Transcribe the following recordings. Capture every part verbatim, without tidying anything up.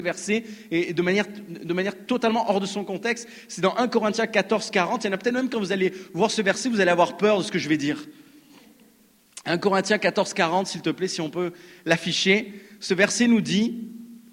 verset et de manière, de manière totalement hors de son contexte. C'est dans un Corinthiens quatorze, quarante. Il y en a peut-être même quand vous allez voir ce verset, vous allez avoir peur de ce que je vais dire. un Corinthiens quatorze, quarante, s'il te plaît, si on peut l'afficher. Ce verset nous dit...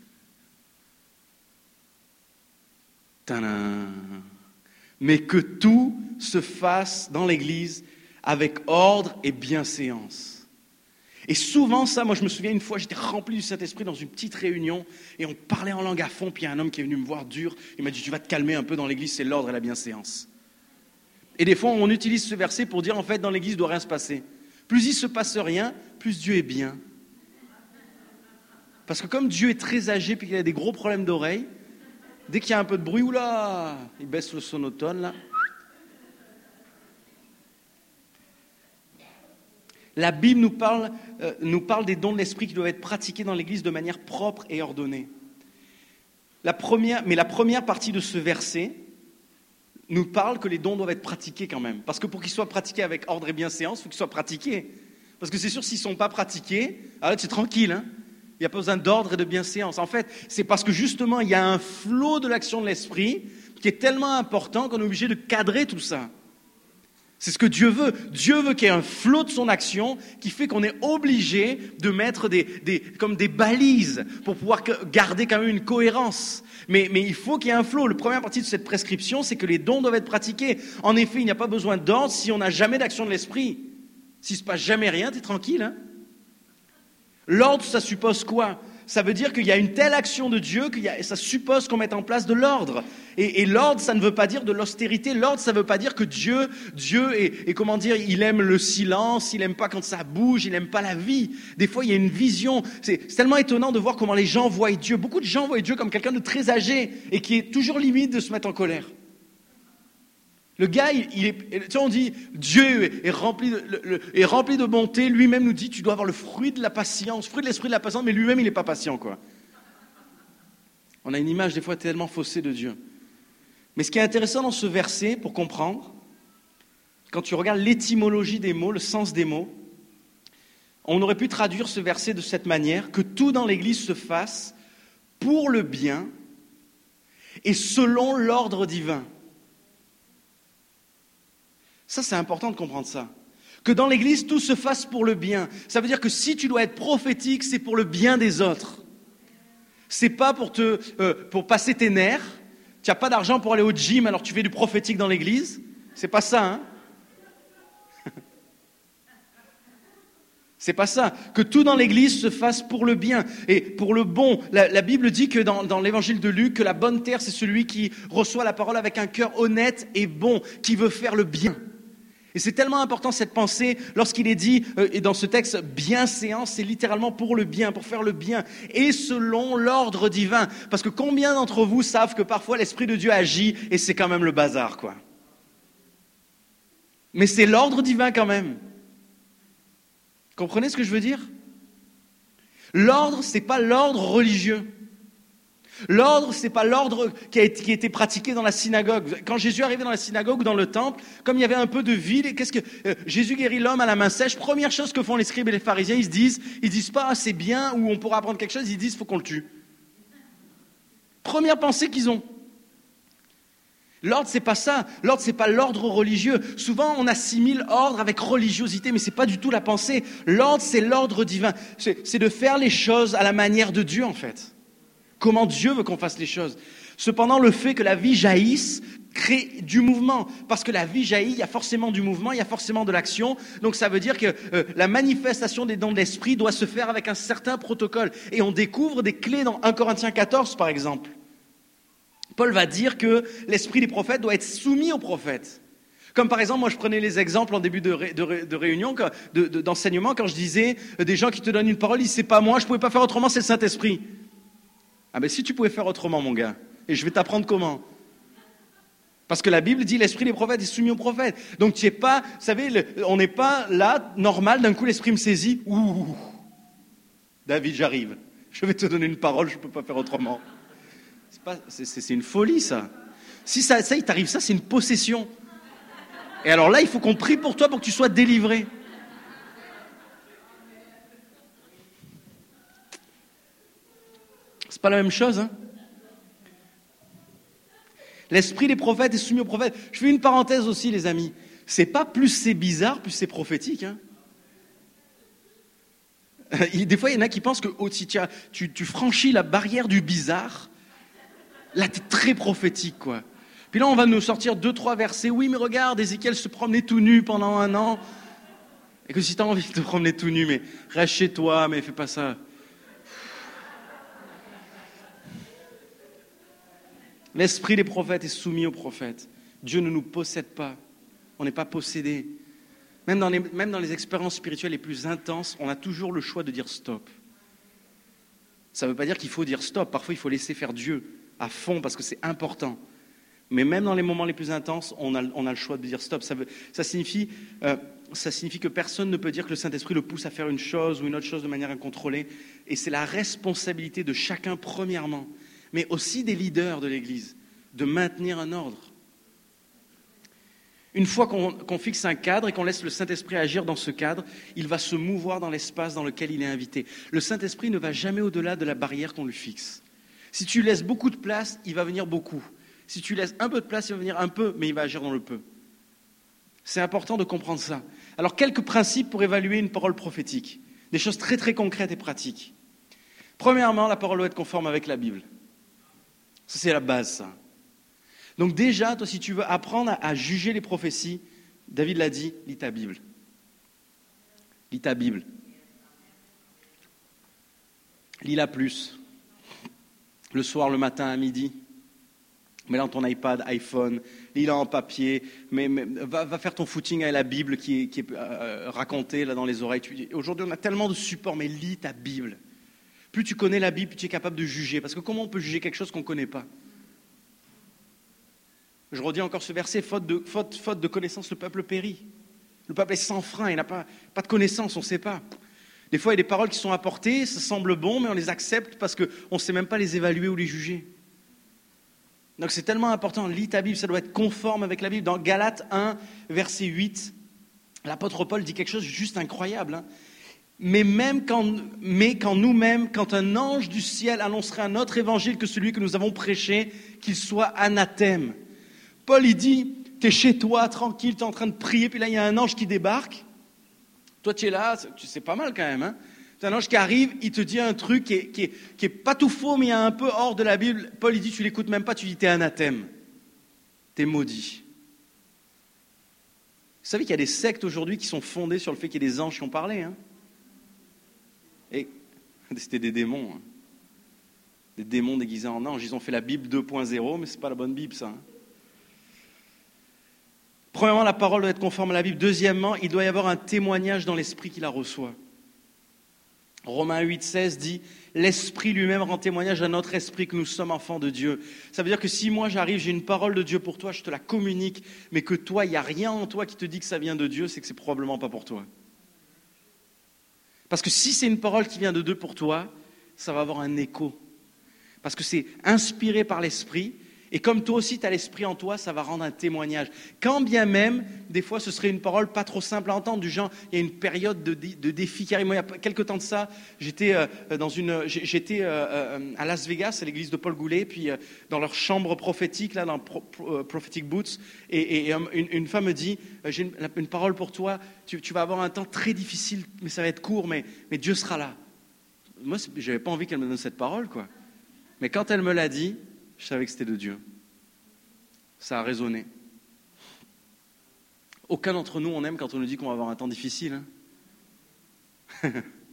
Tadam, mais que tout se fasse dans l'Église avec ordre et bienséance. Et souvent, ça, moi je me souviens une fois, j'étais rempli du Saint-Esprit dans une petite réunion et on parlait en langue à fond, puis il y a un homme qui est venu me voir dur, il m'a dit tu vas te calmer un peu dans l'église, c'est l'ordre et la bienséance. Et des fois on utilise ce verset pour dire en fait dans l'église il ne doit rien se passer. Plus il ne se passe rien, plus Dieu est bien. Parce que comme Dieu est très âgé et qu'il a des gros problèmes d'oreille, dès qu'il y a un peu de bruit, oula, il baisse le sonotone là. La Bible nous parle, euh, nous parle des dons de l'Esprit qui doivent être pratiqués dans l'Église de manière propre et ordonnée. La première, mais la première partie de ce verset nous parle que les dons doivent être pratiqués quand même. Parce que pour qu'ils soient pratiqués avec ordre et bienséance, il faut qu'ils soient pratiqués. Parce que c'est sûr, s'ils ne sont pas pratiqués, alors c'est tranquille, hein. Il n'y a pas besoin d'ordre et de bienséance. En fait, c'est parce que justement, il y a un flot de l'action de l'Esprit qui est tellement important qu'on est obligé de cadrer tout ça. C'est ce que Dieu veut. Dieu veut qu'il y ait un flot de son action qui fait qu'on est obligé de mettre des, des, comme des balises pour pouvoir garder quand même une cohérence. Mais, mais il faut qu'il y ait un flot. La première partie de cette prescription, c'est que les dons doivent être pratiqués. En effet, il n'y a pas besoin d'ordre si on n'a jamais d'action de l'Esprit. S'il ne se passe jamais rien, tu es tranquille, hein. L'ordre, ça suppose quoi ? Ça veut dire qu'il y a une telle action de Dieu que ça suppose qu'on mette en place de l'ordre. Et, et l'ordre, ça ne veut pas dire de l'austérité. L'ordre, ça ne veut pas dire que Dieu, Dieu est, est, comment dire, il aime le silence, il n'aime pas quand ça bouge, il n'aime pas la vie. Des fois, il y a une vision. C'est, c'est tellement étonnant de voir comment les gens voient Dieu. Beaucoup de gens voient Dieu comme quelqu'un de très âgé et qui est toujours limite de se mettre en colère. Le gars, il, il est, tu sais, on dit, Dieu est, est, rempli de, le, le, est rempli de bonté. Lui-même nous dit, tu dois avoir le fruit de la patience, le fruit de l'esprit de la patience, mais lui-même, il n'est pas patient, quoi. On a une image, des fois, tellement faussée de Dieu. Mais ce qui est intéressant dans ce verset, pour comprendre, quand tu regardes l'étymologie des mots, le sens des mots, on aurait pu traduire ce verset de cette manière, que tout dans l'Église se fasse pour le bien et selon l'ordre divin. Ça, c'est important de comprendre ça. Que dans l'Église, tout se fasse pour le bien. Ça veut dire que si tu dois être prophétique, c'est pour le bien des autres. C'est pas pour te, euh, pour passer tes nerfs. Tu n'as pas d'argent pour aller au gym, alors tu fais du prophétique dans l'Église. C'est pas ça, hein. C'est pas ça. Que tout dans l'Église se fasse pour le bien et pour le bon. La, la Bible dit que dans, dans l'Évangile de Luc, que la bonne terre, c'est celui qui reçoit la parole avec un cœur honnête et bon, qui veut faire le bien. Et c'est tellement important cette pensée, lorsqu'il est dit, euh, et dans ce texte, bienséance, c'est littéralement pour le bien, pour faire le bien, et selon l'ordre divin. Parce que combien d'entre vous savent que parfois l'Esprit de Dieu agit, et c'est quand même le bazar, quoi. Mais c'est l'ordre divin quand même. Comprenez ce que je veux dire ? L'ordre, c'est pas l'ordre religieux. L'ordre, c'est pas l'ordre qui a été, qui a été pratiqué dans la synagogue. Quand Jésus arrivait dans la synagogue ou dans le temple, comme il y avait un peu de vide, qu'est-ce que euh, Jésus guérit l'homme à la main sèche. Première chose que font les scribes et les pharisiens, ils se disent, ils disent pas ah, c'est bien ou on pourra apprendre quelque chose, ils disent faut qu'on le tue. Première pensée qu'ils ont. L'ordre, c'est pas ça. L'ordre, c'est pas l'ordre religieux. Souvent, on assimile ordre avec religiosité, mais c'est pas du tout la pensée. L'ordre, c'est l'ordre divin. C'est, c'est de faire les choses à la manière de Dieu, en fait. Comment Dieu veut qu'on fasse les choses. Cependant, le fait que la vie jaillisse crée du mouvement. Parce que la vie jaillit, il y a forcément du mouvement, il y a forcément de l'action. Donc ça veut dire que euh, la manifestation des dons de l'esprit doit se faire avec un certain protocole. Et on découvre des clés dans un Corinthiens quatorze, par exemple. Paul va dire que l'esprit des prophètes doit être soumis aux prophètes. Comme par exemple, moi je prenais les exemples en début de, ré, de, ré, de réunion, de, de, d'enseignement, quand je disais euh, des gens qui te donnent une parole, ils disent c'est pas moi, je ne pouvais pas faire autrement, c'est le Saint-Esprit. Ah ben si tu pouvais faire autrement, mon gars, et je vais t'apprendre comment. Parce que la Bible dit l'esprit des prophètes est soumis aux prophètes. Donc tu es pas, vous savez, le, on n'est pas là, normal, d'un coup l'esprit me saisit. Ouh, David, j'arrive. Je vais te donner une parole, je ne peux pas faire autrement. C'est, pas, c'est, c'est, c'est une folie, ça. Si ça, ça, il t'arrive ça, c'est une possession. Et alors là, il faut qu'on prie pour toi pour que tu sois délivré. C'est pas la même chose, hein? L'esprit des prophètes est soumis aux prophètes. Je fais une parenthèse aussi, les amis. C'est pas plus c'est bizarre, plus c'est prophétique, hein? Des fois, il y en a qui pensent que oh, si tu, as, tu, tu franchis la barrière du bizarre, là, tu es très prophétique, quoi. Puis là, on va nous sortir deux, trois versets. Oui, mais regarde, Ézéchiel se promenait tout nu pendant un an. Et que si tu as envie de te promener tout nu, mais reste chez toi, mais fais pas ça. L'esprit des prophètes est soumis aux prophètes. Dieu ne nous possède pas. On n'est pas possédé. Même dans, les, même dans les expériences spirituelles les plus intenses, on a toujours le choix de dire stop. Ça ne veut pas dire qu'il faut dire stop. Parfois, il faut laisser faire Dieu à fond parce que c'est important. Mais même dans les moments les plus intenses, on a, on a le choix de dire stop. Ça, veut, ça, signifie, euh, ça signifie que personne ne peut dire que le Saint-Esprit le pousse à faire une chose ou une autre chose de manière incontrôlée. Et c'est la responsabilité de chacun, premièrement, mais aussi des leaders de l'Église, de maintenir un ordre. Une fois qu'on, qu'on fixe un cadre et qu'on laisse le Saint-Esprit agir dans ce cadre, il va se mouvoir dans l'espace dans lequel il est invité. Le Saint-Esprit ne va jamais au-delà de la barrière qu'on lui fixe. Si tu laisses beaucoup de place, il va venir beaucoup. Si tu laisses un peu de place, il va venir un peu, mais il va agir dans le peu. C'est important de comprendre ça. Alors, quelques principes pour évaluer une parole prophétique. Des choses très très concrètes et pratiques. Premièrement, la parole doit être conforme avec la Bible. Ça, c'est la base, ça. Donc déjà, toi, si tu veux apprendre à, à juger les prophéties, David l'a dit, lis ta Bible. Lis ta Bible. Lis-la plus. Le soir, le matin, à midi. Mets-la dans ton iPad, iPhone. Lis-la en papier. Mais, mais, va, va faire ton footing avec la Bible qui est, qui est euh, racontée là, dans les oreilles. Tu, aujourd'hui, on a tellement de supports, mais lis ta Bible. Plus tu connais la Bible, plus tu es capable de juger. Parce que comment on peut juger quelque chose qu'on ne connaît pas ? Je redis encore ce verset, faute de, faute, faute de connaissance, le peuple périt. Le peuple est sans frein, il n'a pas, pas de connaissance, on ne sait pas. Des fois, il y a des paroles qui sont apportées, ça semble bon, mais on les accepte parce qu'on ne sait même pas les évaluer ou les juger. Donc c'est tellement important, lis ta Bible, ça doit être conforme avec la Bible. Dans Galates un, verset huit, l'apôtre Paul dit quelque chose de juste incroyable. Hein. Mais même quand, mais quand nous-mêmes, quand un ange du ciel annoncerait un autre évangile que celui que nous avons prêché, qu'il soit anathème. Paul, il dit, tu es chez toi, tranquille, tu es en train de prier, puis là, il y a un ange qui débarque. Toi, tu es là, c'est pas mal quand même. Hein. C'est un ange qui arrive, il te dit un truc qui est, qui, est, qui est pas tout faux, mais il est un peu hors de la Bible. Paul, il dit, tu l'écoutes même pas, tu dis, tu es anathème. Tu es maudit. Vous savez qu'il y a des sectes aujourd'hui qui sont fondées sur le fait qu'il y ait des anges qui ont parlé. Hein. Et c'était des démons. Hein. Des démons déguisés en anges. Ils ont fait la Bible deux point zéro, mais c'est pas la bonne Bible, ça. Hein. Premièrement, la parole doit être conforme à la Bible. Deuxièmement, il doit y avoir un témoignage dans l'esprit qui la reçoit. Romains huit, seize dit « L'esprit lui-même rend témoignage à notre esprit que nous sommes enfants de Dieu. » Ça veut dire que si moi j'arrive, j'ai une parole de Dieu pour toi, je te la communique, mais que toi, il n'y a rien en toi qui te dit que ça vient de Dieu, c'est que c'est probablement pas pour toi. Parce que si c'est une parole qui vient de Dieu pour toi, ça va avoir un écho. Parce que c'est inspiré par l'esprit. Et comme toi aussi, tu as l'esprit en toi, ça va rendre un témoignage. Quand bien même, des fois, ce serait une parole pas trop simple à entendre, du genre, il y a une période de, dé, de défi qui arrive. Moi, il y a quelques temps de ça, j'étais, euh, dans une, j'étais euh, à Las Vegas, à l'église de Paul Goulet, puis euh, dans leur chambre prophétique, là, dans Pro, Pro, Prophetic Boots, et, et, et une, une femme me dit, euh, j'ai une, une parole pour toi, tu, tu vas avoir un temps très difficile, mais ça va être court, mais, mais Dieu sera là. Moi, je n'avais pas envie qu'elle me donne cette parole, quoi. Mais quand elle me l'a dit, je savais que c'était de Dieu. Ça a résonné. Aucun d'entre nous, on aime quand on nous dit qu'on va avoir un temps difficile. Hein.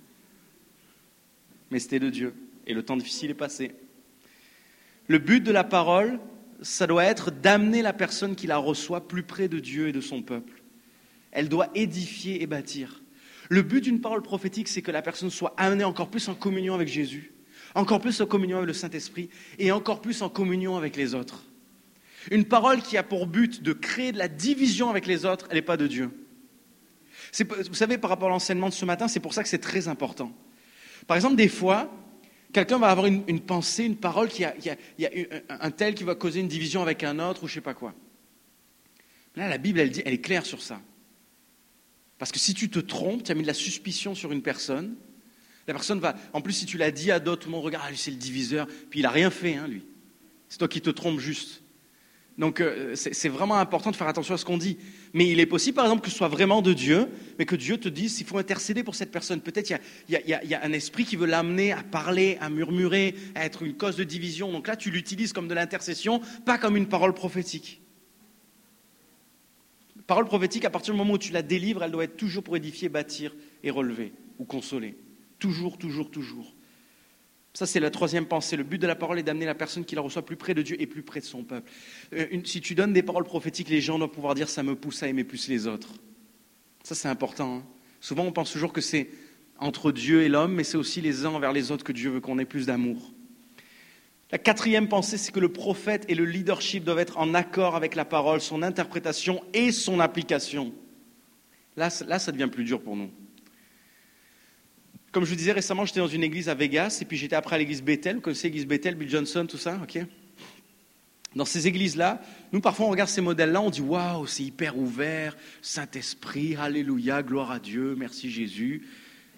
Mais c'était de Dieu. Et le temps difficile est passé. Le but de la parole, ça doit être d'amener la personne qui la reçoit plus près de Dieu et de son peuple. Elle doit édifier et bâtir. Le but d'une parole prophétique, c'est que la personne soit amenée encore plus en communion avec Jésus, encore plus en communion avec le Saint-Esprit et encore plus en communion avec les autres. Une parole qui a pour but de créer de la division avec les autres, elle n'est pas de Dieu. C'est, vous savez, par rapport à l'enseignement de ce matin, c'est pour ça que c'est très important. Par exemple, des fois, quelqu'un va avoir une, une pensée, une parole, qui a, qui a, il y a un tel qui va causer une division avec un autre ou je ne sais pas quoi. Là, la Bible, elle, dit, elle est claire sur ça. Parce que si tu te trompes, tu as mis de la suspicion sur une personne, La personne va, en plus si tu l'as dit à d'autres, tout le monde regarde, ah, lui c'est le diviseur, puis il n'a rien fait, hein, lui. C'est toi qui te trompes juste. Donc euh, c'est, c'est vraiment important de faire attention à ce qu'on dit. Mais il est possible par exemple que ce soit vraiment de Dieu, mais que Dieu te dise il faut intercéder pour cette personne. Peut-être il y a, il y a, il y a un esprit qui veut l'amener à parler, à murmurer, à être une cause de division. Donc là tu l'utilises comme de l'intercession, pas comme une parole prophétique. Parole prophétique, à partir du moment où tu la délivres, elle doit être toujours pour édifier, bâtir et relever ou consoler. Toujours, toujours, toujours. Ça, c'est la troisième pensée. Le but de la parole est d'amener la personne qui la reçoit plus près de Dieu et plus près de son peuple. Euh, une, si tu donnes des paroles prophétiques, les gens doivent pouvoir dire « ça me pousse à aimer plus les autres ». Ça, c'est important. Hein. Souvent, on pense toujours que c'est entre Dieu et l'homme, mais c'est aussi les uns envers les autres que Dieu veut qu'on ait plus d'amour. La quatrième pensée, c'est que le prophète et le leadership doivent être en accord avec la parole, son interprétation et son application. Là, là ça devient plus dur pour nous. Comme je vous disais récemment, j'étais dans une église à Vegas, et puis j'étais après à l'église Bethel. Vous connaissez l'église Bethel, Bill Johnson, tout ça, ok? Dans ces églises-là, nous parfois on regarde ces modèles-là, on dit waouh, c'est hyper ouvert, Saint-Esprit, alléluia, gloire à Dieu, merci Jésus.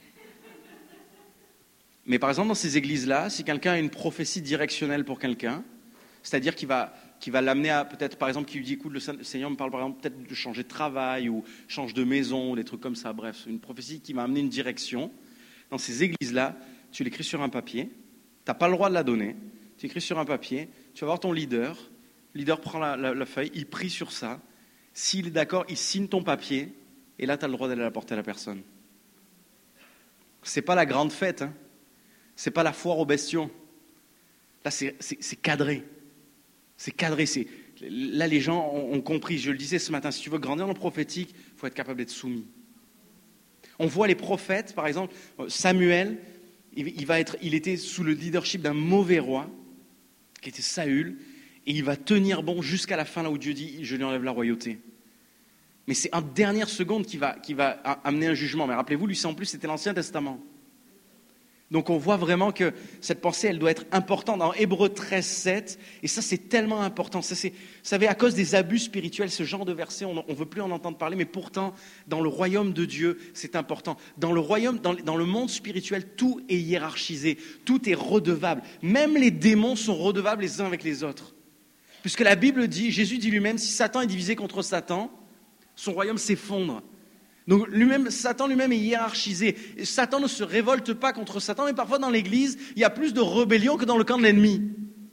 Mais par exemple, dans ces églises-là, si quelqu'un a une prophétie directionnelle pour quelqu'un, c'est-à-dire qu'il va, qu'il va l'amener à, peut-être par exemple, qui lui dit écoute, le Seigneur me parle par exemple peut-être de changer de travail ou change de maison, ou des trucs comme ça, bref, une prophétie qui va amener une direction. Dans ces églises-là, tu l'écris sur un papier, tu n'as pas le droit de la donner, tu écris sur un papier, tu vas voir ton leader, le leader prend la, la, la feuille, il prie sur ça, s'il est d'accord, il signe ton papier, et là, tu as le droit d'aller la porter à la personne. Ce n'est pas la grande fête, hein. Ce n'est pas la foire aux bestiaux. Là, c'est, c'est, c'est cadré. C'est cadré. C'est... Là, les gens ont, ont compris, je le disais ce matin, si tu veux grandir dans le prophétique, il faut être capable d'être soumis. On voit les prophètes, par exemple, Samuel, il, il, va être, il était sous le leadership d'un mauvais roi, qui était Saül, et il va tenir bon jusqu'à la fin, là où Dieu dit « je lui enlève la royauté ». Mais c'est en dernière seconde qu'il va, qu'il va amener un jugement. Mais rappelez-vous, lui, en plus, c'était l'Ancien Testament. Donc on voit vraiment que cette pensée, elle doit être importante. Dans Hébreux treize, sept, et ça c'est tellement important. Ça, c'est, vous savez, à cause des abus spirituels, ce genre de verset, on ne veut plus en entendre parler, mais pourtant, dans le royaume de Dieu, c'est important. Dans le royaume, dans, dans le monde spirituel, tout est hiérarchisé, tout est redevable. Même les démons sont redevables les uns avec les autres. Puisque la Bible dit, Jésus dit lui-même, si Satan est divisé contre Satan, son royaume s'effondre. Donc lui-même, Satan lui-même est hiérarchisé. Et Satan ne se révolte pas contre Satan, mais parfois dans l'Église, il y a plus de rébellion que dans le camp de l'ennemi.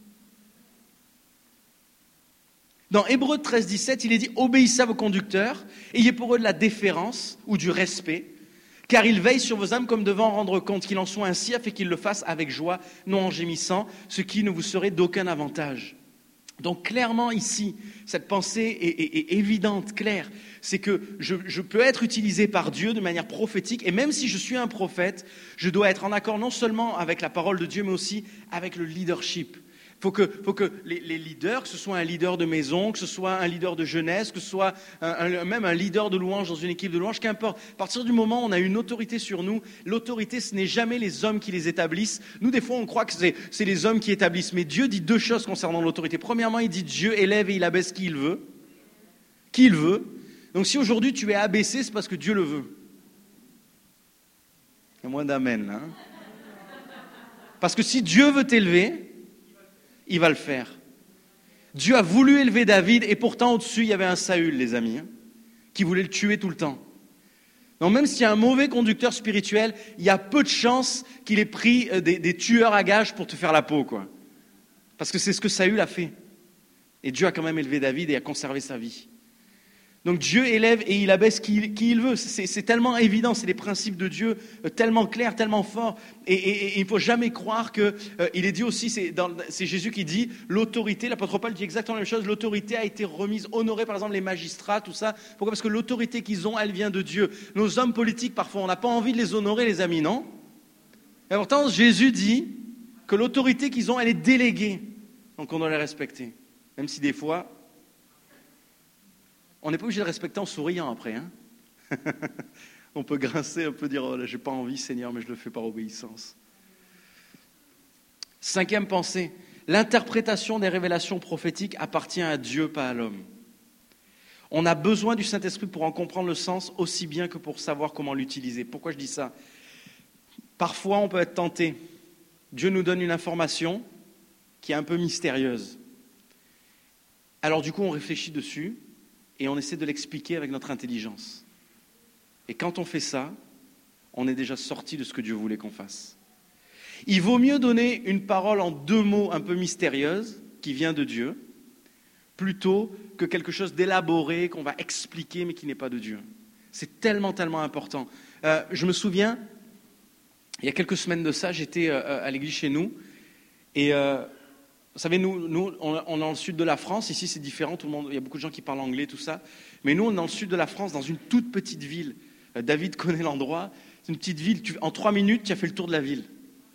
Dans Hébreux treize, dix-sept, il est dit « Obéissez à vos conducteurs, ayez pour eux de la déférence ou du respect, car ils veillent sur vos âmes comme devant en rendre compte, qu'il en soit ainsi, afin qu'ils le fassent avec joie, non en gémissant, ce qui ne vous serait d'aucun avantage. » Donc clairement ici, cette pensée est, est, est évidente, claire, c'est que je, je peux être utilisé par Dieu de manière prophétique, et même si je suis un prophète, je dois être en accord non seulement avec la parole de Dieu, mais aussi avec le leadership. Il faut que, faut que les, les leaders, que ce soit un leader de maison, que ce soit un leader de jeunesse, que ce soit un, un, même un leader de louange dans une équipe de louange, qu'importe. À partir du moment où on a une autorité sur nous, l'autorité, ce n'est jamais les hommes qui les établissent. Nous, des fois, on croit que c'est, c'est les hommes qui établissent. Mais Dieu dit deux choses concernant l'autorité. Premièrement, il dit Dieu élève et il abaisse qui il veut. Qui il veut. Donc si aujourd'hui tu es abaissé, c'est parce que Dieu le veut. Il y a moins d'amen, là. Hein. Parce que si Dieu veut t'élever, il va le faire. Dieu a voulu élever David et pourtant au-dessus il y avait un Saül, les amis, hein, qui voulait le tuer tout le temps. Donc même s'il y a un mauvais conducteur spirituel, il y a peu de chances qu'il ait pris des, des tueurs à gages pour te faire la peau, quoi. Parce que c'est ce que Saül a fait. Et Dieu a quand même élevé David et a conservé sa vie. Donc Dieu élève et il abaisse qui il, qui il veut. C'est, c'est tellement évident, c'est les principes de Dieu euh, tellement clairs, tellement forts. Et, et, et il ne faut jamais croire que, euh, il est dit aussi, c'est, dans, c'est Jésus qui dit, l'autorité, l'apôtre Paul dit exactement la même chose, l'autorité a été remise, honorée par exemple les magistrats, tout ça. Pourquoi ? Parce que l'autorité qu'ils ont, elle vient de Dieu. Nos hommes politiques, parfois, on n'a pas envie de les honorer, les amis, non ? Et pourtant, Jésus dit que l'autorité qu'ils ont, elle est déléguée. Donc on doit les respecter. Même si des fois... On n'est pas obligé de respecter en souriant après. Hein. On peut grincer un peu, dire oh, « j'ai pas envie Seigneur, mais je le fais par obéissance ». Cinquième pensée, l'interprétation des révélations prophétiques appartient à Dieu, pas à l'homme. On a besoin du Saint-Esprit pour en comprendre le sens aussi bien que pour savoir comment l'utiliser. Pourquoi je dis ça ? Parfois, on peut être tenté. Dieu nous donne une information qui est un peu mystérieuse. Alors du coup, on réfléchit dessus et on essaie de l'expliquer avec notre intelligence. Et quand on fait ça, on est déjà sorti de ce que Dieu voulait qu'on fasse. Il vaut mieux donner une parole en deux mots un peu mystérieuse, qui vient de Dieu, plutôt que quelque chose d'élaboré qu'on va expliquer mais qui n'est pas de Dieu. C'est tellement, tellement important. Euh, je me souviens, il y a quelques semaines de ça, j'étais euh, à l'église chez nous, et euh, vous savez, nous, nous on, on est dans le sud de la France, ici c'est différent, tout le monde, il y a beaucoup de gens qui parlent anglais, tout ça, mais nous on est dans le sud de la France, dans une toute petite ville. Euh, David connaît l'endroit, c'est une petite ville, tu, en trois minutes tu as fait le tour de la ville.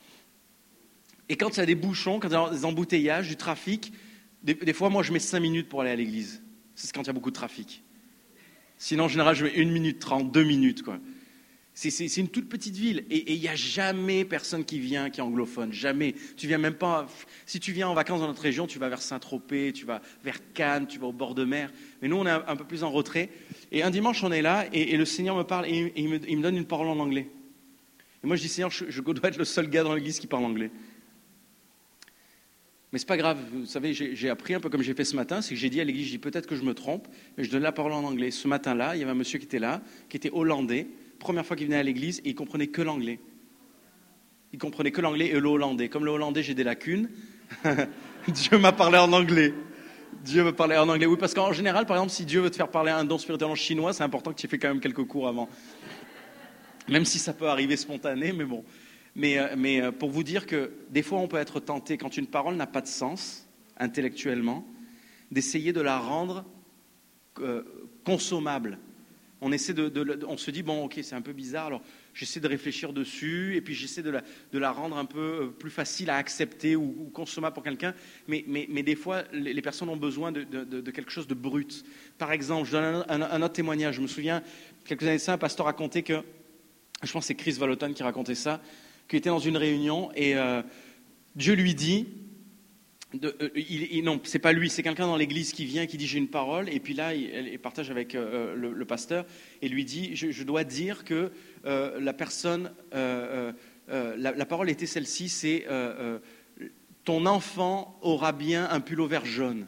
Et quand il y a des bouchons, quand il y a des embouteillages, du trafic, des, des fois moi je mets cinq minutes pour aller à l'église, c'est quand il y a beaucoup de trafic. Sinon en général je mets une minute trente, deux minutes quoi. C'est, c'est, c'est une toute petite ville et il n'y a jamais personne qui vient qui est anglophone, jamais. Tu viens même pas. Si tu viens en vacances dans notre région, tu vas vers Saint-Tropez, tu vas vers Cannes, tu vas au bord de mer. Mais nous, on est un, un peu plus en retrait. Et un dimanche, on est là et, et le Seigneur me parle et, et il, me, il me donne une parole en anglais. Et moi, je dis Seigneur, je, je dois être le seul gars dans l'église qui parle anglais. Mais c'est pas grave. Vous savez, j'ai, j'ai appris un peu comme j'ai fait ce matin, c'est que j'ai dit à l'église, je dis peut-être que je me trompe, mais je donne la parole en anglais. Ce matin-là, il y avait un monsieur qui était là, qui était hollandais. Première fois qu'il venait à l'église, et il comprenait que l'anglais. Il comprenait que l'anglais et le hollandais. Comme le hollandais, j'ai des lacunes. Dieu m'a parlé en anglais. Dieu me parlait en anglais. Oui, parce qu'en général, par exemple, si Dieu veut te faire parler un don spirituel en chinois, c'est important que tu aies fait quand même quelques cours avant. Même si ça peut arriver spontané, mais bon. Mais, mais pour vous dire que des fois, on peut être tenté, quand une parole n'a pas de sens, intellectuellement, d'essayer de la rendre euh, consommable. On essaie de, de, on se dit bon ok c'est un peu bizarre alors j'essaie de réfléchir dessus et puis j'essaie de la, de la rendre un peu plus facile à accepter ou, ou consommable pour quelqu'un mais, mais, mais des fois les, les personnes ont besoin de, de, de quelque chose de brut. Par exemple je donne un, un, un autre témoignage. Je me souviens quelques années de ça, un pasteur racontait que je pense que c'est Chris Vallotton qui racontait ça, qu'il était dans une réunion et euh, Dieu lui dit De, euh, il, il, non, c'est pas lui, c'est quelqu'un dans l'église qui vient, qui dit j'ai une parole, et puis là, il, il partage avec euh, le, le pasteur et lui dit je, je dois dire que euh, la personne, euh, euh, la, la parole était celle-ci, c'est euh, euh, ton enfant aura bien un pull-over jaune.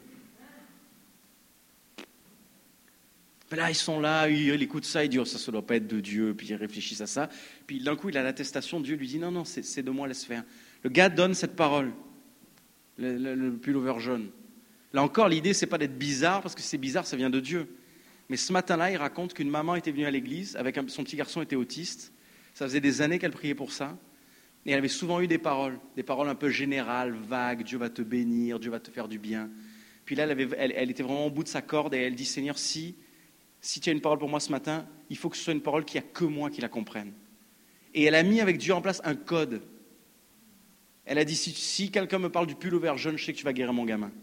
Ben là, ils sont là, il écoute ça, il dit oh, ça, ça doit pas être de Dieu, puis ils réfléchissent à ça, puis d'un coup, il a l'attestation, Dieu lui dit non, non, c'est, c'est de moi, laisse faire. Le gars donne cette parole. Le, le, le pull-over jaune. Là encore, l'idée, c'est pas d'être bizarre, parce que c'est bizarre, ça vient de Dieu. Mais ce matin-là, il raconte qu'une maman était venue à l'église, avec un, son petit garçon était autiste. Ça faisait des années qu'elle priait pour ça. Et elle avait souvent eu des paroles, des paroles un peu générales, vagues. Dieu va te bénir, Dieu va te faire du bien. Puis là, elle, avait, elle, elle était vraiment au bout de sa corde et elle dit, Seigneur, si, si tu as une parole pour moi ce matin, il faut que ce soit une parole qui a que moi qui la comprenne. Et elle a mis avec Dieu en place un code. Elle a dit, si, si quelqu'un me parle du pull-over jaune, je sais que tu vas guérir mon gamin.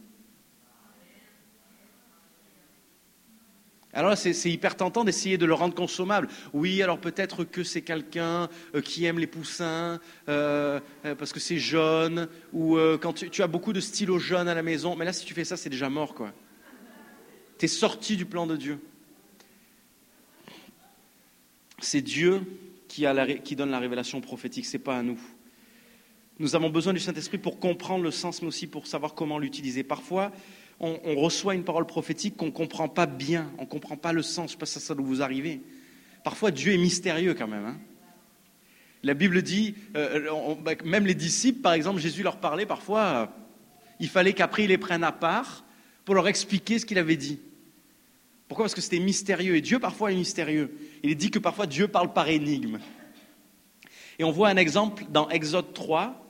Alors là, c'est, c'est hyper tentant d'essayer de le rendre consommable. Oui, alors peut-être que c'est quelqu'un euh, qui aime les poussins, euh, euh, parce que c'est jaune, ou euh, quand tu, tu as beaucoup de stylos jaunes à la maison. Mais là, si tu fais ça, c'est déjà mort, quoi. Tu es sorti du plan de Dieu. C'est Dieu qui, a la, qui donne la révélation prophétique, c'est pas à nous. Nous avons besoin du Saint-Esprit pour comprendre le sens, mais aussi pour savoir comment l'utiliser. Parfois, on, on reçoit une parole prophétique qu'on ne comprend pas bien, on ne comprend pas le sens. Je ne sais pas si ça doit vous arriver. Parfois, Dieu est mystérieux quand même. Hein. La Bible dit, euh, on, bah, même les disciples, par exemple, Jésus leur parlait parfois, euh, il fallait qu'après ils les prennent à part pour leur expliquer ce qu'il avait dit. Pourquoi ? Parce que c'était mystérieux. Et Dieu, parfois, est mystérieux. Il est dit que parfois, Dieu parle par énigme. Et on voit un exemple dans Exode trois.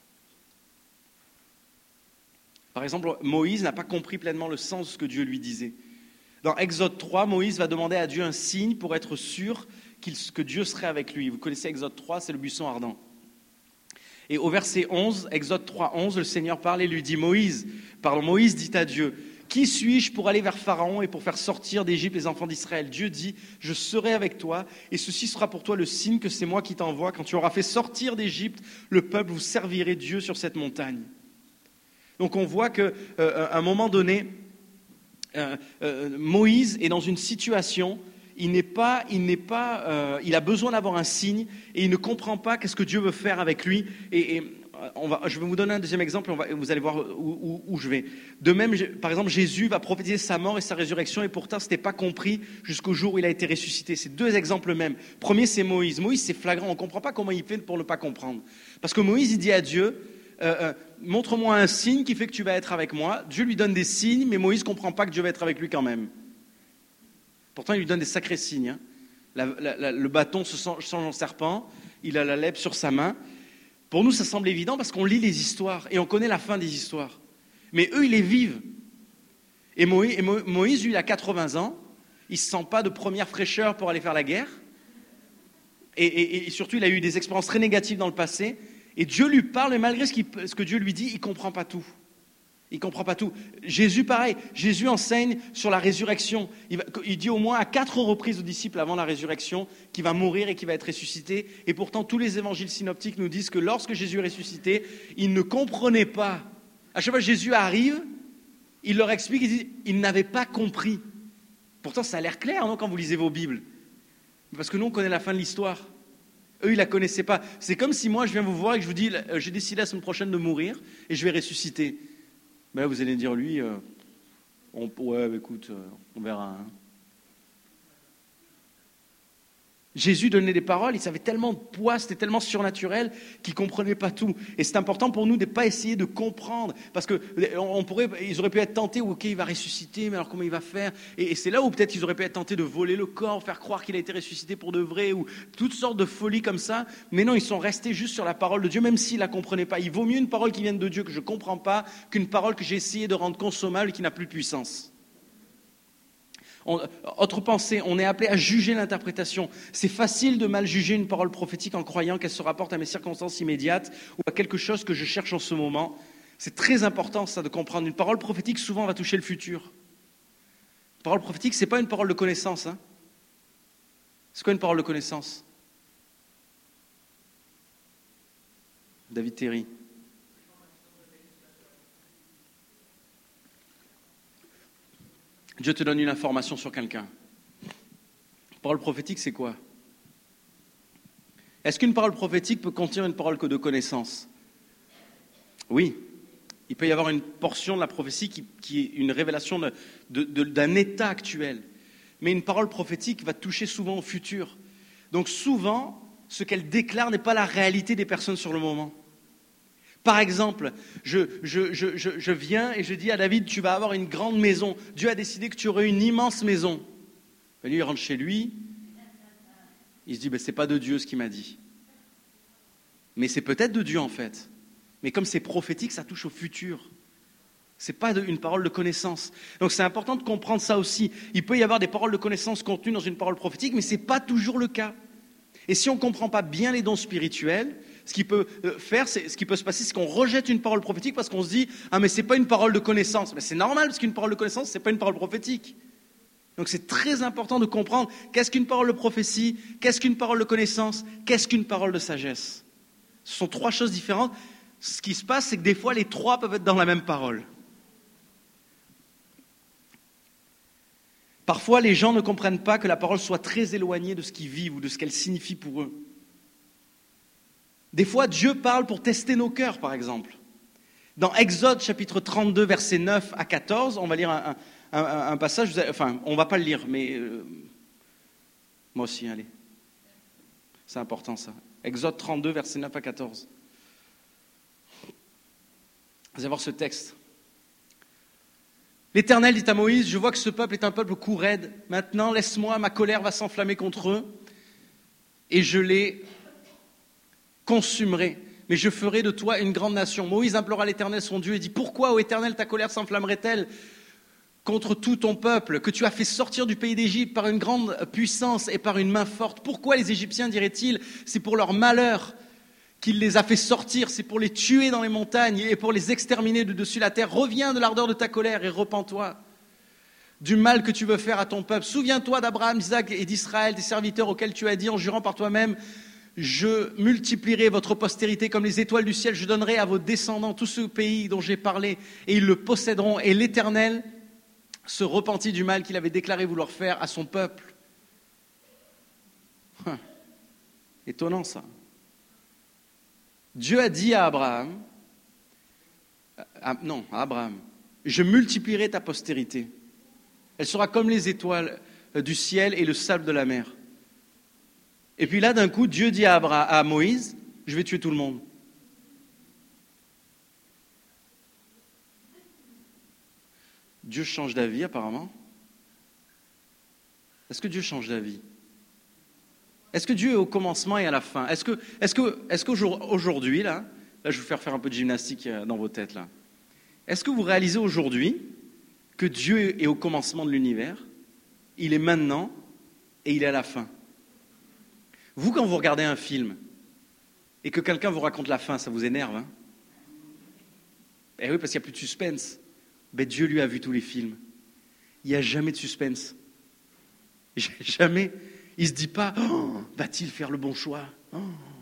Par exemple, Moïse n'a pas compris pleinement le sens de ce que Dieu lui disait. Dans Exode trois, Moïse va demander à Dieu un signe pour être sûr qu'il, que Dieu serait avec lui. Vous connaissez Exode trois, c'est le buisson ardent. Et au verset onze, Exode trois, onze, le Seigneur parle et lui dit, Moïse, pardon, Moïse dit à Dieu, qui suis-je pour aller vers Pharaon et pour faire sortir d'Égypte les enfants d'Israël ? Dieu dit, je serai avec toi et ceci sera pour toi le signe que c'est moi qui t'envoie. Quand tu auras fait sortir d'Égypte le peuple, vous servirez Dieu sur cette montagne. Donc on voit qu'à euh, un moment donné, euh, euh, Moïse est dans une situation, il n'est pas, il n'est pas, euh, il a besoin d'avoir un signe et il ne comprend pas qu'est-ce que Dieu veut faire avec lui. Et, et on va, je vais vous donner un deuxième exemple et on va, vous allez voir où, où, où je vais. De même, par exemple, Jésus va prophétiser sa mort et sa résurrection et pourtant ce n'était pas compris jusqu'au jour où il a été ressuscité. C'est deux exemples même. Premier, c'est Moïse. Moïse, c'est flagrant. On ne comprend pas comment il fait pour ne pas comprendre. Parce que Moïse, il dit à Dieu, euh, euh, montre-moi un signe qui fait que tu vas être avec moi. Dieu lui donne des signes, mais Moïse ne comprend pas que Dieu va être avec lui quand même. Pourtant, il lui donne des sacrés signes. Hein. La, la, la, le bâton se change en serpent, il a la lèpre sur sa main. Pour nous, ça semble évident parce qu'on lit les histoires et on connaît la fin des histoires. Mais eux, ils les vivent. Et Moïse, et Moïse lui, il a quatre-vingts ans, il ne se sent pas de première fraîcheur pour aller faire la guerre. Et, et, et surtout, il a eu des expériences très négatives dans le passé. Et Dieu lui parle, et malgré ce, ce que Dieu lui dit, il ne comprend pas tout. Il ne comprend pas tout. Jésus, pareil. Jésus enseigne sur la résurrection. Il, va, il dit au moins à quatre reprises aux disciples avant la résurrection qu'il va mourir et qu'il va être ressuscité. Et pourtant, tous les évangiles synoptiques nous disent que lorsque Jésus est ressuscité, ils ne comprenaient pas. À chaque fois que Jésus arrive, il leur explique, il dit, ils n'avaient pas compris. Pourtant, ça a l'air clair, non, quand vous lisez vos Bibles. Parce que nous, on connaît la fin de l'histoire. Eux, ils ne la connaissaient pas. C'est comme si moi, je viens vous voir et que je vous dis, j'ai décidé la semaine prochaine de mourir et je vais ressusciter. Ben là, vous allez dire, lui, euh, on, ouais, écoute, euh, on verra. Hein. Jésus donnait des paroles, il savait tellement de poids, c'était tellement surnaturel qu'il ne comprenait pas tout. Et c'est important pour nous de ne pas essayer de comprendre, parce qu'on pourrait, ils auraient pu être tentés, ok, il va ressusciter, mais alors comment il va faire ? Et, et c'est là où peut-être ils auraient pu être tentés de voler le corps, faire croire qu'il a été ressuscité pour de vrai, ou toutes sortes de folies comme ça. Mais non, ils sont restés juste sur la parole de Dieu, même s'ils ne la comprenaient pas. Il vaut mieux une parole qui vienne de Dieu que je ne comprends pas, qu'une parole que j'ai essayé de rendre consommable et qui n'a plus de puissance. On, autre pensée, on est appelé à juger l'interprétation. C'est facile de mal juger une parole prophétique en croyant qu'elle se rapporte à mes circonstances immédiates ou à quelque chose que je cherche en ce moment. C'est très important ça de comprendre. Une parole prophétique souvent va toucher le futur. Une parole prophétique, ce n'est pas une parole de connaissance. Hein. C'est quoi une parole de connaissance ? David Terry. Dieu te donne une information sur quelqu'un. Parole prophétique, c'est quoi ? Est-ce qu'une parole prophétique peut contenir une parole que de connaissance ? Oui. Il peut y avoir une portion de la prophétie qui, qui est une révélation de, de, de, d'un état actuel. Mais une parole prophétique va toucher souvent au futur. Donc souvent, ce qu'elle déclare n'est pas la réalité des personnes sur le moment. Par exemple, je, je, je, je, je viens et je dis à David, tu vas avoir une grande maison. Dieu a décidé que tu aurais une immense maison. Ben lui, il rentre chez lui. Il se dit, ben, ce n'est pas de Dieu ce qu'il m'a dit. Mais c'est peut-être de Dieu en fait. Mais comme c'est prophétique, ça touche au futur. Ce n'est pas de, une parole de connaissance. Donc c'est important de comprendre ça aussi. Il peut y avoir des paroles de connaissance contenues dans une parole prophétique, mais ce n'est pas toujours le cas. Et si on ne comprend pas bien les dons spirituels, ce qui peut faire, c'est, ce qui peut se passer, c'est qu'on rejette une parole prophétique parce qu'on se dit « Ah, mais ce n'est pas une parole de connaissance. » Mais c'est normal, parce qu'une parole de connaissance, ce n'est pas une parole prophétique. Donc c'est très important de comprendre qu'est-ce qu'une parole de prophétie, qu'est-ce qu'une parole de connaissance, qu'est-ce qu'une parole de sagesse. Ce sont trois choses différentes. Ce qui se passe, c'est que des fois, les trois peuvent être dans la même parole. Parfois, les gens ne comprennent pas que la parole soit très éloignée de ce qu'ils vivent ou de ce qu'elle signifie pour eux. Des fois, Dieu parle pour tester nos cœurs, par exemple. Dans Exode, chapitre trente-deux, versets neuf à quatorze, on va lire un, un, un, un passage, enfin, on ne va pas le lire, mais euh, moi aussi, allez. C'est important, ça. Exode trente-deux, versets neuf à quatorze. Vous allez voir ce texte. L'Éternel dit à Moïse, je vois que ce peuple est un peuple cou raide. Maintenant, laisse-moi, ma colère va s'enflammer contre eux, et je les consumerai. Mais je ferai de toi une grande nation. Moïse implora l'Éternel son Dieu et dit, pourquoi, ô Éternel, ta colère s'enflammerait-elle contre tout ton peuple, que tu as fait sortir du pays d'Égypte par une grande puissance et par une main forte? Pourquoi les Égyptiens, diraient-ils, c'est pour leur malheur qu'il les a fait sortir, c'est pour les tuer dans les montagnes et pour les exterminer de dessus la terre. Reviens de l'ardeur de ta colère et repens-toi du mal que tu veux faire à ton peuple. Souviens-toi d'Abraham, d'Isaac et d'Israël, des serviteurs auxquels tu as dit en jurant par toi-même, je multiplierai votre postérité comme les étoiles du ciel, je donnerai à vos descendants tout ce pays dont j'ai parlé et ils le posséderont. Et l'Éternel se repentit du mal qu'il avait déclaré vouloir faire à son peuple. Étonnant ça. Dieu a dit à Abraham, à, non, à Abraham, je multiplierai ta postérité. Elle sera comme les étoiles du ciel et le sable de la mer. Et puis là, d'un coup, Dieu dit à, Abraham, à Moïse, je vais tuer tout le monde. Dieu change d'avis apparemment. Est-ce que Dieu change d'avis? Est-ce que Dieu est au commencement et à la fin? Est-ce que, est-ce que, est-ce qu'aujourd'hui, là, là, je vais vous faire faire un peu de gymnastique dans vos têtes, là. Est-ce que vous réalisez aujourd'hui que Dieu est au commencement de l'univers, il est maintenant et il est à la fin? Vous, quand vous regardez un film et que quelqu'un vous raconte la fin, ça vous énerve, hein? Eh oui, parce qu'il n'y a plus de suspense. Ben, Dieu lui a vu tous les films. Il n'y a jamais de suspense. Jamais. Il ne se dit pas, oh, va-t-il faire le bon choix? Oh.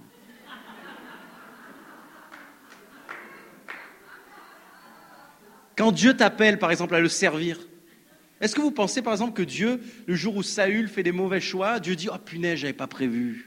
Quand Dieu t'appelle, par exemple, à le servir, est-ce que vous pensez, par exemple, que Dieu, le jour où Saül fait des mauvais choix, Dieu dit, oh punaise, je n'avais pas prévu.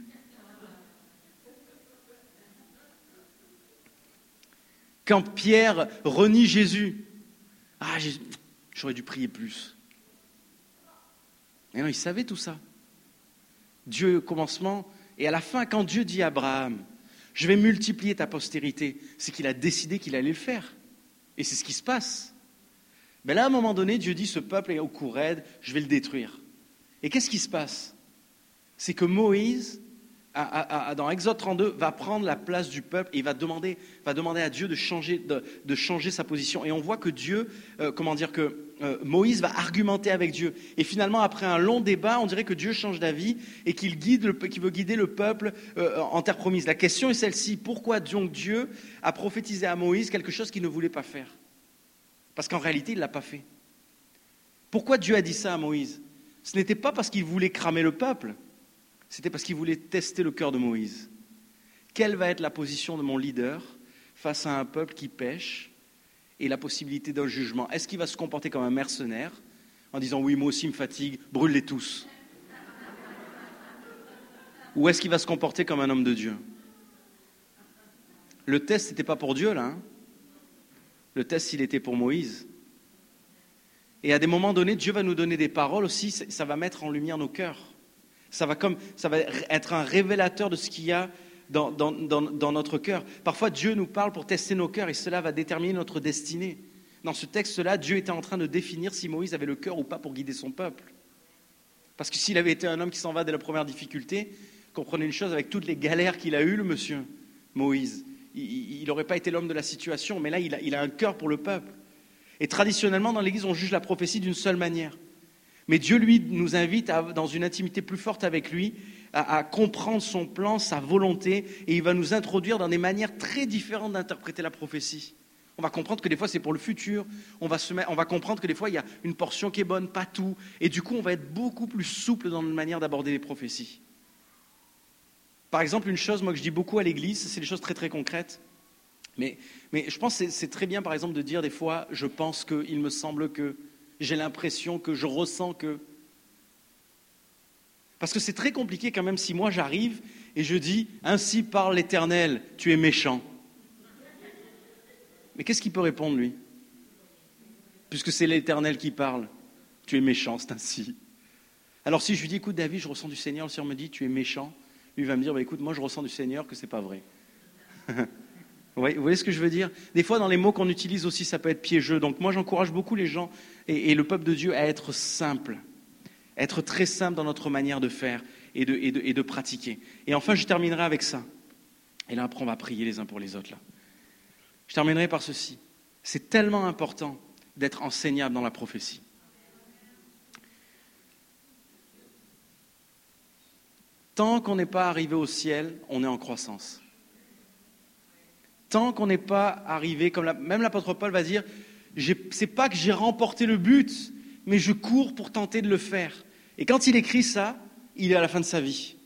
Quand Pierre renie Jésus, ah, Jésus, j'aurais dû prier plus. Mais non, il savait tout ça. Dieu au commencement et à la fin, quand Dieu dit à Abraham, je vais multiplier ta postérité, c'est qu'il a décidé qu'il allait le faire. Et c'est ce qui se passe. Mais là, à un moment donné, Dieu dit, ce peuple est au cou raide, je vais le détruire. Et qu'est-ce qui se passe? C'est que Moïse, à, à, à, dans Exode trente-deux, va prendre la place du peuple et il va demander, va demander à Dieu de changer, de, de changer sa position. Et on voit que Dieu, euh, comment dire, que euh, Moïse va argumenter avec Dieu. Et finalement, après un long débat, on dirait que Dieu change d'avis et qu'il, guide le, qu'il veut guider le peuple euh, en terre promise. La question est celle-ci, pourquoi donc Dieu a prophétisé à Moïse quelque chose qu'il ne voulait pas faire? Parce qu'en réalité, il ne l'a pas fait. Pourquoi Dieu a dit ça à Moïse? Ce n'était pas parce qu'il voulait cramer le peuple, c'était parce qu'il voulait tester le cœur de Moïse. Quelle va être la position de mon leader face à un peuple qui pêche et la possibilité d'un jugement? Est-ce qu'il va se comporter comme un mercenaire en disant « oui, moi aussi, il me fatigue, brûle-les tous » ou est-ce qu'il va se comporter comme un homme de Dieu? Le test, ce n'était pas pour Dieu, là. Hein. Le test, il était pour Moïse. Et à des moments donnés, Dieu va nous donner des paroles aussi, ça va mettre en lumière nos cœurs. Ça va, comme, ça va être un révélateur de ce qu'il y a dans, dans, dans, dans notre cœur. Parfois, Dieu nous parle pour tester nos cœurs et cela va déterminer notre destinée. Dans ce texte-là, Dieu était en train de définir si Moïse avait le cœur ou pas pour guider son peuple. Parce que s'il avait été un homme qui s'en va dès la première difficulté, comprenez une chose, avec toutes les galères qu'il a eues, le monsieur, Moïse, il n'aurait pas été l'homme de la situation, mais là, il a, il a un cœur pour le peuple. Et traditionnellement, dans l'Église, on juge la prophétie d'une seule manière. Mais Dieu, lui, nous invite, à, dans une intimité plus forte avec lui, à, à comprendre son plan, sa volonté, et il va nous introduire dans des manières très différentes d'interpréter la prophétie. On va comprendre que des fois, c'est pour le futur. On va, se mettre, on va comprendre que des fois, il y a une portion qui est bonne, pas tout. Et du coup, on va être beaucoup plus souple dans notre manière d'aborder les prophéties. Par exemple, une chose, moi, que je dis beaucoup à l'Église, c'est des choses très, très concrètes. Mais, mais je pense que c'est, c'est très bien, par exemple, de dire des fois, je pense que, il me semble que, j'ai l'impression que, je ressens que. Parce que c'est très compliqué quand même si moi j'arrive et je dis, ainsi parle l'Éternel, tu es méchant. Mais qu'est-ce qu'il peut répondre, lui? Puisque c'est l'Éternel qui parle, tu es méchant, c'est ainsi. Alors si je lui dis, écoute David, je ressens du Seigneur, le Seigneur me dit, tu es méchant, lui va me dire, bah, écoute, moi je ressens du Seigneur que c'est pas vrai. Vous voyez, vous voyez ce que je veux dire? Des fois, dans les mots qu'on utilise aussi, ça peut être piégeux. Donc moi, j'encourage beaucoup les gens et, et le peuple de Dieu à être simple, à être très simple dans notre manière de faire et de, et, de, et de pratiquer. Et enfin, je terminerai avec ça. Et là, après, on va prier les uns pour les autres. Là. Je terminerai par ceci. C'est tellement important d'être enseignable dans la prophétie. Tant qu'on n'est pas arrivé au ciel, on est en croissance. Tant qu'on n'est pas arrivé, comme la, même l'apôtre Paul va dire, c'est pas que j'ai remporté le but, mais je cours pour tenter de le faire. Et quand il écrit ça, il est à la fin de sa vie.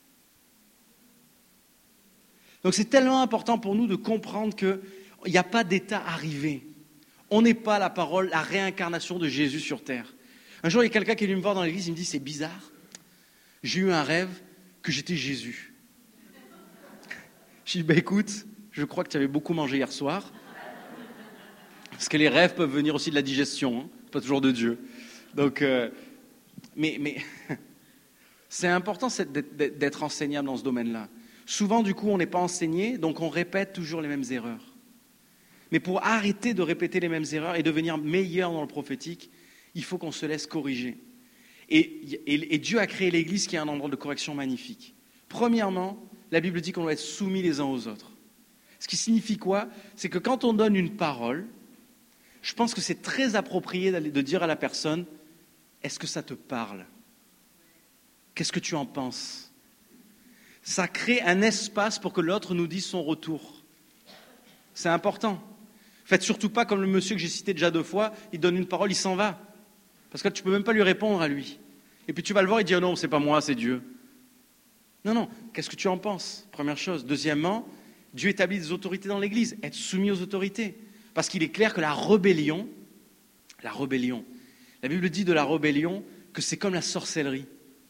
Donc c'est tellement important pour nous de comprendre qu'il n'y a pas d'état arrivé. On n'est pas la parole, la réincarnation de Jésus sur terre. Un jour, il y a quelqu'un qui est venu me voir dans l'église, il me dit, c'est bizarre, j'ai eu un rêve que j'étais Jésus. Je dis, bah écoute, je crois que tu avais beaucoup mangé hier soir. Parce que les rêves peuvent venir aussi de la digestion, hein, pas toujours de Dieu. Donc, euh, mais, mais c'est important d'être enseignable dans ce domaine-là. Souvent, du coup, on n'est pas enseigné, donc on répète toujours les mêmes erreurs. Mais pour arrêter de répéter les mêmes erreurs et devenir meilleur dans le prophétique, il faut qu'on se laisse corriger. Et, et, et Dieu a créé l'Église qui est un endroit de correction magnifique. Premièrement, la Bible dit qu'on doit être soumis les uns aux autres. Ce qui signifie quoi? C'est que quand on donne une parole, je pense que c'est très approprié de dire à la personne, est-ce que ça te parle? Qu'est-ce que tu en penses? Ça crée un espace pour que l'autre nous dise son retour. C'est important. Faites surtout pas comme le monsieur que j'ai cité déjà deux fois, il donne une parole, il s'en va. Parce que tu ne peux même pas lui répondre à lui. Et puis tu vas le voir, il dit oh non, c'est pas moi, c'est Dieu. Non, non, qu'est-ce que tu en penses? Première chose. Deuxièmement, Dieu établit des autorités dans l'Église, être soumis aux autorités. Parce qu'il est clair que la rébellion, la rébellion, la Bible dit de la rébellion que c'est comme la sorcellerie.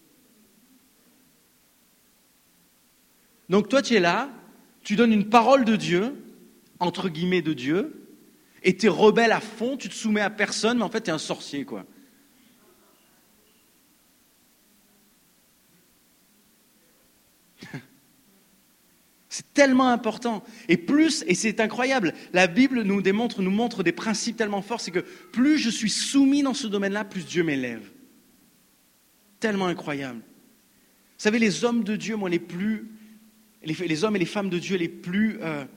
Donc toi tu es là, tu donnes une parole de Dieu, entre guillemets de Dieu, et tu es rebelle à fond, tu te soumets à personne, mais en fait tu es un sorcier, quoi. C'est tellement important. Et plus, et c'est incroyable, la Bible nous démontre, nous montre des principes tellement forts, c'est que plus je suis soumis dans ce domaine-là, plus Dieu m'élève. Tellement incroyable. Vous savez, les hommes de Dieu, moi, les plus, les, les hommes et les femmes de Dieu les plus euh,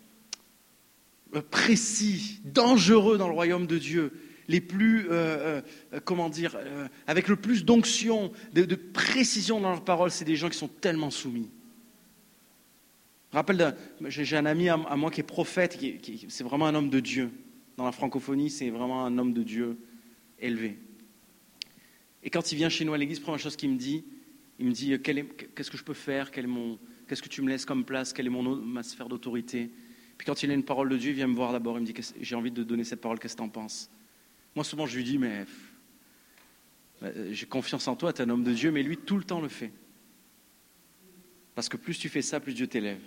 précis, dangereux dans le royaume de Dieu, les plus, euh, euh, comment dire, euh, avec le plus d'onction, de, de précision dans leurs paroles, c'est des gens qui sont tellement soumis. Je me rappelle, j'ai un ami à moi qui est prophète, qui, qui, c'est vraiment un homme de Dieu. Dans la francophonie, c'est vraiment un homme de Dieu élevé. Et quand il vient chez nous à l'église, la première chose qu'il me dit, il me dit quel est, qu'est-ce que je peux faire, quel est mon, qu'est-ce que tu me laisses comme place, quelle est mon, ma sphère d'autorité. Puis quand il a une parole de Dieu, il vient me voir d'abord, il me dit j'ai envie de donner cette parole, qu'est-ce que tu en penses? Moi souvent je lui dis mais j'ai confiance en toi, tu es un homme de Dieu, mais lui tout le temps le fait. Parce que plus tu fais ça, plus Dieu t'élève.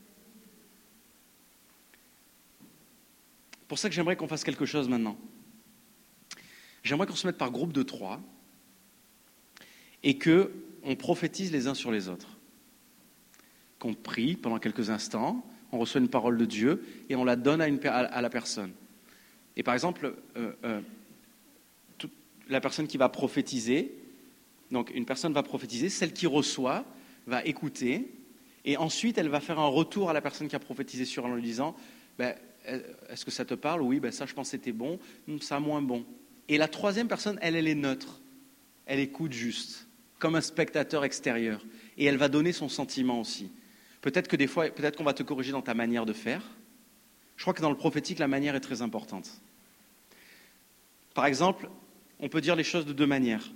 C'est pour ça que j'aimerais qu'on fasse quelque chose maintenant. J'aimerais qu'on se mette par groupe de trois et qu'on prophétise les uns sur les autres. Qu'on prie pendant quelques instants, on reçoit une parole de Dieu et on la donne à, une, à la personne. Et par exemple, euh, euh, toute, la personne qui va prophétiser, donc une personne va prophétiser, celle qui reçoit va écouter et ensuite elle va faire un retour à la personne qui a prophétisé sur elle en lui disant ben, est-ce que ça te parle? Oui, ben ça je pense que c'était bon, ça moins bon. Et la troisième personne, elle, elle est neutre. Elle écoute juste, comme un spectateur extérieur. Et elle va donner son sentiment aussi. Peut-être que des fois, peut-être qu'on va te corriger dans ta manière de faire. Je crois que dans le prophétique, la manière est très importante. Par exemple, on peut dire les choses de deux manières.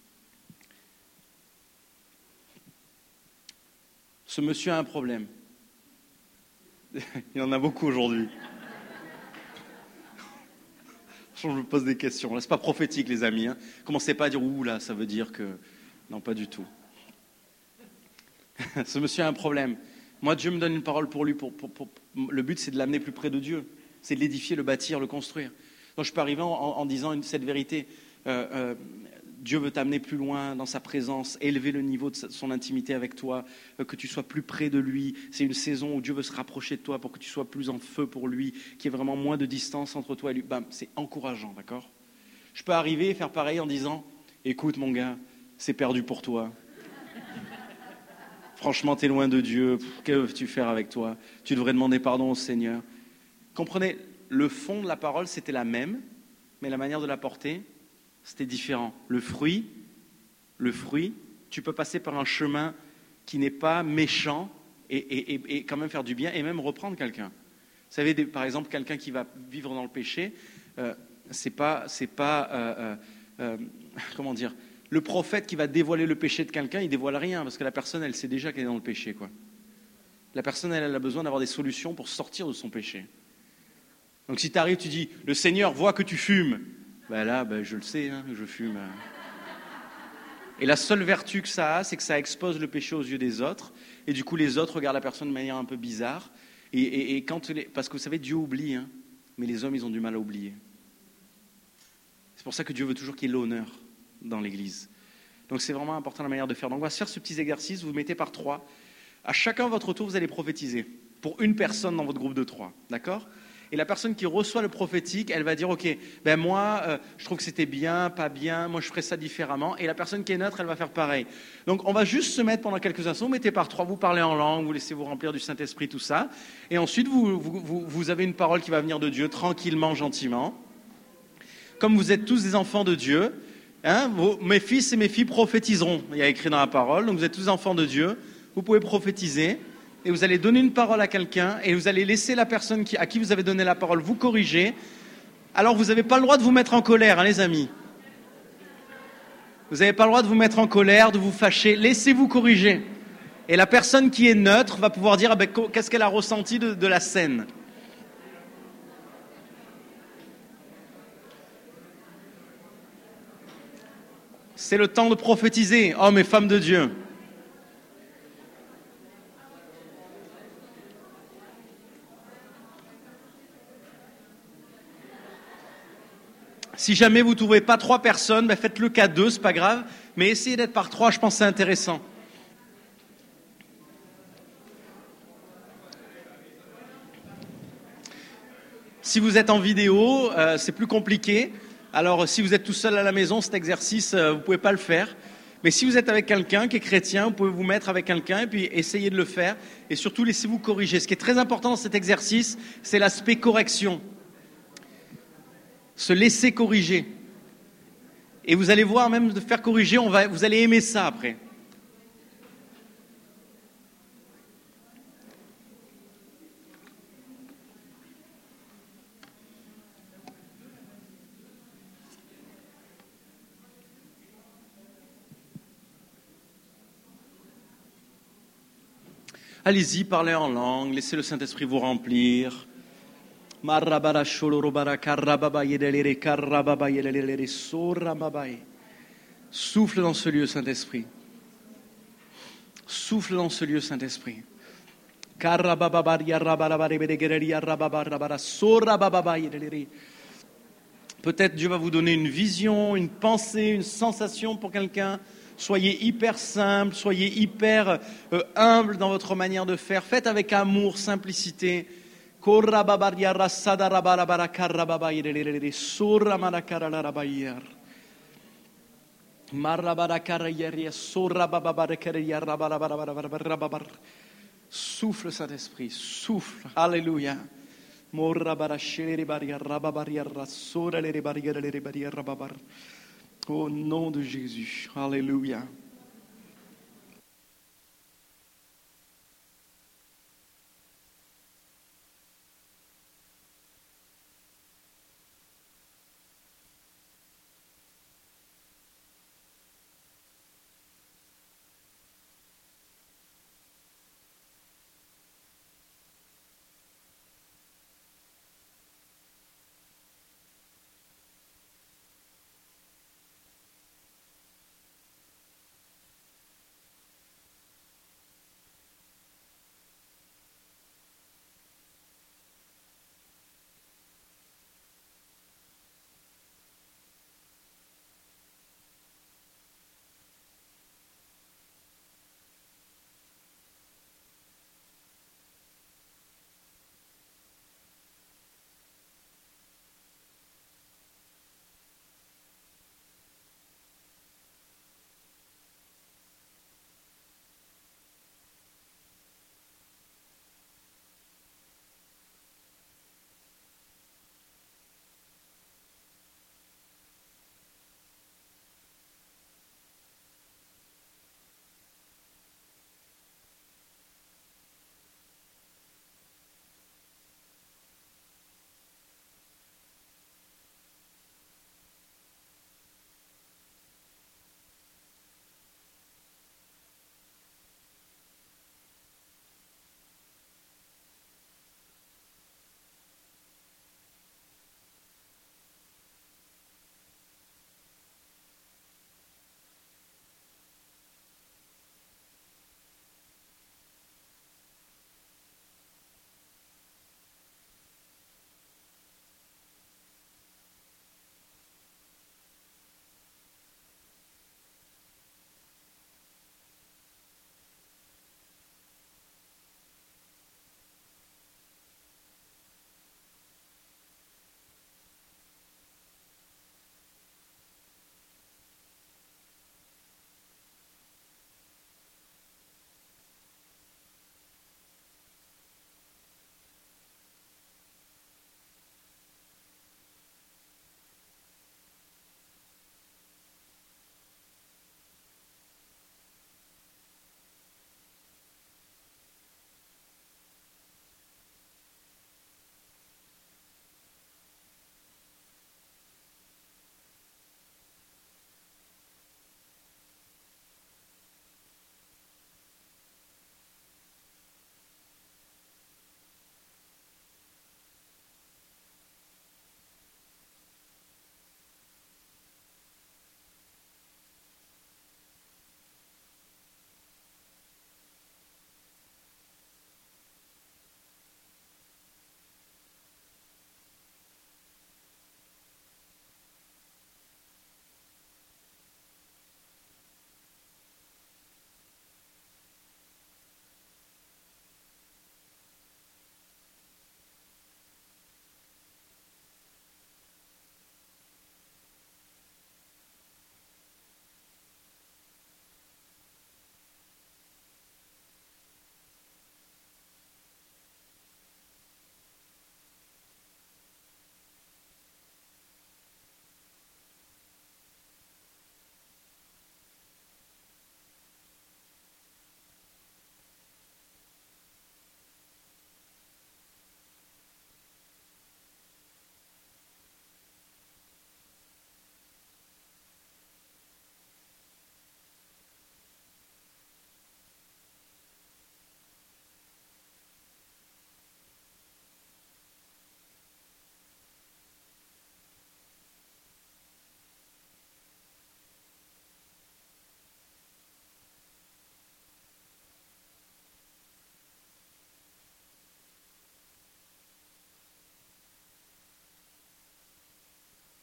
Ce monsieur a un problème. Il y en a beaucoup aujourd'hui. Je me pose des questions. Là, c'est pas prophétique, les amis. Hein. Commencez pas à dire ouh là, ça veut dire que non, pas du tout. Ce monsieur a un problème. Moi, Dieu me donne une parole pour lui. Pour, pour, pour... Le but, c'est de l'amener plus près de Dieu. C'est de l'édifier, le bâtir, le construire. Donc, je peux arriver en, en disant une, cette vérité. Euh, euh, Dieu veut t'amener plus loin dans sa présence, élever le niveau de son intimité avec toi, euh, que tu sois plus près de lui. C'est une saison où Dieu veut se rapprocher de toi pour que tu sois plus en feu pour lui, qu'il y ait vraiment moins de distance entre toi et lui. Bam, c'est encourageant, d'accord? Je peux arriver et faire pareil en disant « Écoute, mon gars, c'est perdu pour toi. Franchement, tu es loin de Dieu. Que veux-tu faire avec toi? Tu devrais demander pardon au Seigneur. » Comprenez, le fond de la parole, c'était la même, mais la manière de la porter, c'était différent. Le fruit, le fruit, tu peux passer par un chemin qui n'est pas méchant et, et, et, et quand même faire du bien et même reprendre quelqu'un. Vous savez, des, par exemple, quelqu'un qui va vivre dans le péché, euh, c'est pas, c'est pas, euh, euh, comment dire, le prophète qui va dévoiler le péché de quelqu'un, il dévoile rien parce que la personne, elle sait déjà qu'elle est dans le péché, quoi. La personne, elle, elle a besoin d'avoir des solutions pour sortir de son péché. Donc si tu arrives, tu dis, le Seigneur voit que tu fumes. Ben là, ben, je le sais, hein, je fume. Et la seule vertu que ça a, c'est que ça expose le péché aux yeux des autres. Et du coup, les autres regardent la personne de manière un peu bizarre. Et, et, et quand les... Parce que vous savez, Dieu oublie, hein, mais les hommes, ils ont du mal à oublier. C'est pour ça que Dieu veut toujours qu'il y ait l'honneur dans l'Église. Donc c'est vraiment important la manière de faire. Donc on va se faire ce petit exercice, vous vous mettez par trois. À chacun votre tour, vous allez prophétiser. Pour une personne dans votre groupe de trois. D'accord ? Et la personne qui reçoit le prophétique, elle va dire, ok, ben moi, euh, je trouve que c'était bien, pas bien, moi je ferais ça différemment. Et la personne qui est neutre, elle va faire pareil. Donc on va juste se mettre pendant quelques instants, vous mettez par trois, vous parlez en langue, vous laissez vous remplir du Saint-Esprit, tout ça. Et ensuite, vous, vous, vous, vous avez une parole qui va venir de Dieu, tranquillement, gentiment. Comme vous êtes tous des enfants de Dieu, hein, vos, mes fils et mes filles prophétiseront. Il y a écrit dans la parole, donc vous êtes tous enfants de Dieu, vous pouvez prophétiser. Et vous allez donner une parole à quelqu'un et vous allez laisser la personne qui, à qui vous avez donné la parole vous corriger. Alors vous n'avez pas le droit de vous mettre en colère, hein, les amis. Vous n'avez pas le droit de vous mettre en colère, de vous fâcher. Laissez-vous corriger. Et la personne qui est neutre va pouvoir dire ah ben, qu'est-ce qu'elle a ressenti de, de la scène. C'est le temps de prophétiser, hommes et femmes de Dieu. Si jamais vous ne trouvez pas trois personnes, ben faites-le qu'à deux, c'est pas grave. Mais essayez d'être par trois, je pense que c'est intéressant. Si vous êtes en vidéo, euh, c'est plus compliqué. Alors si vous êtes tout seul à la maison, cet exercice, euh, vous ne pouvez pas le faire. Mais si vous êtes avec quelqu'un qui est chrétien, vous pouvez vous mettre avec quelqu'un et puis essayer de le faire. Et surtout, laissez-vous corriger. Ce qui est très important dans cet exercice, c'est l'aspect correction. Se laisser corriger. Et vous allez voir, même de faire corriger, on va, vous allez aimer ça après. Allez-y, parlez en langue, laissez le Saint-Esprit vous remplir. Souffle dans ce lieu, Saint-Esprit. Souffle dans ce lieu, Saint-Esprit. Peut-être Dieu va vous donner une vision, une pensée, une sensation pour quelqu'un. Soyez hyper simple, soyez hyper euh, humble dans votre manière de faire. Faites avec amour, simplicité. Souffle, Saint-Esprit, souffle. Alléluia. Au nom de Jésus. Alléluia.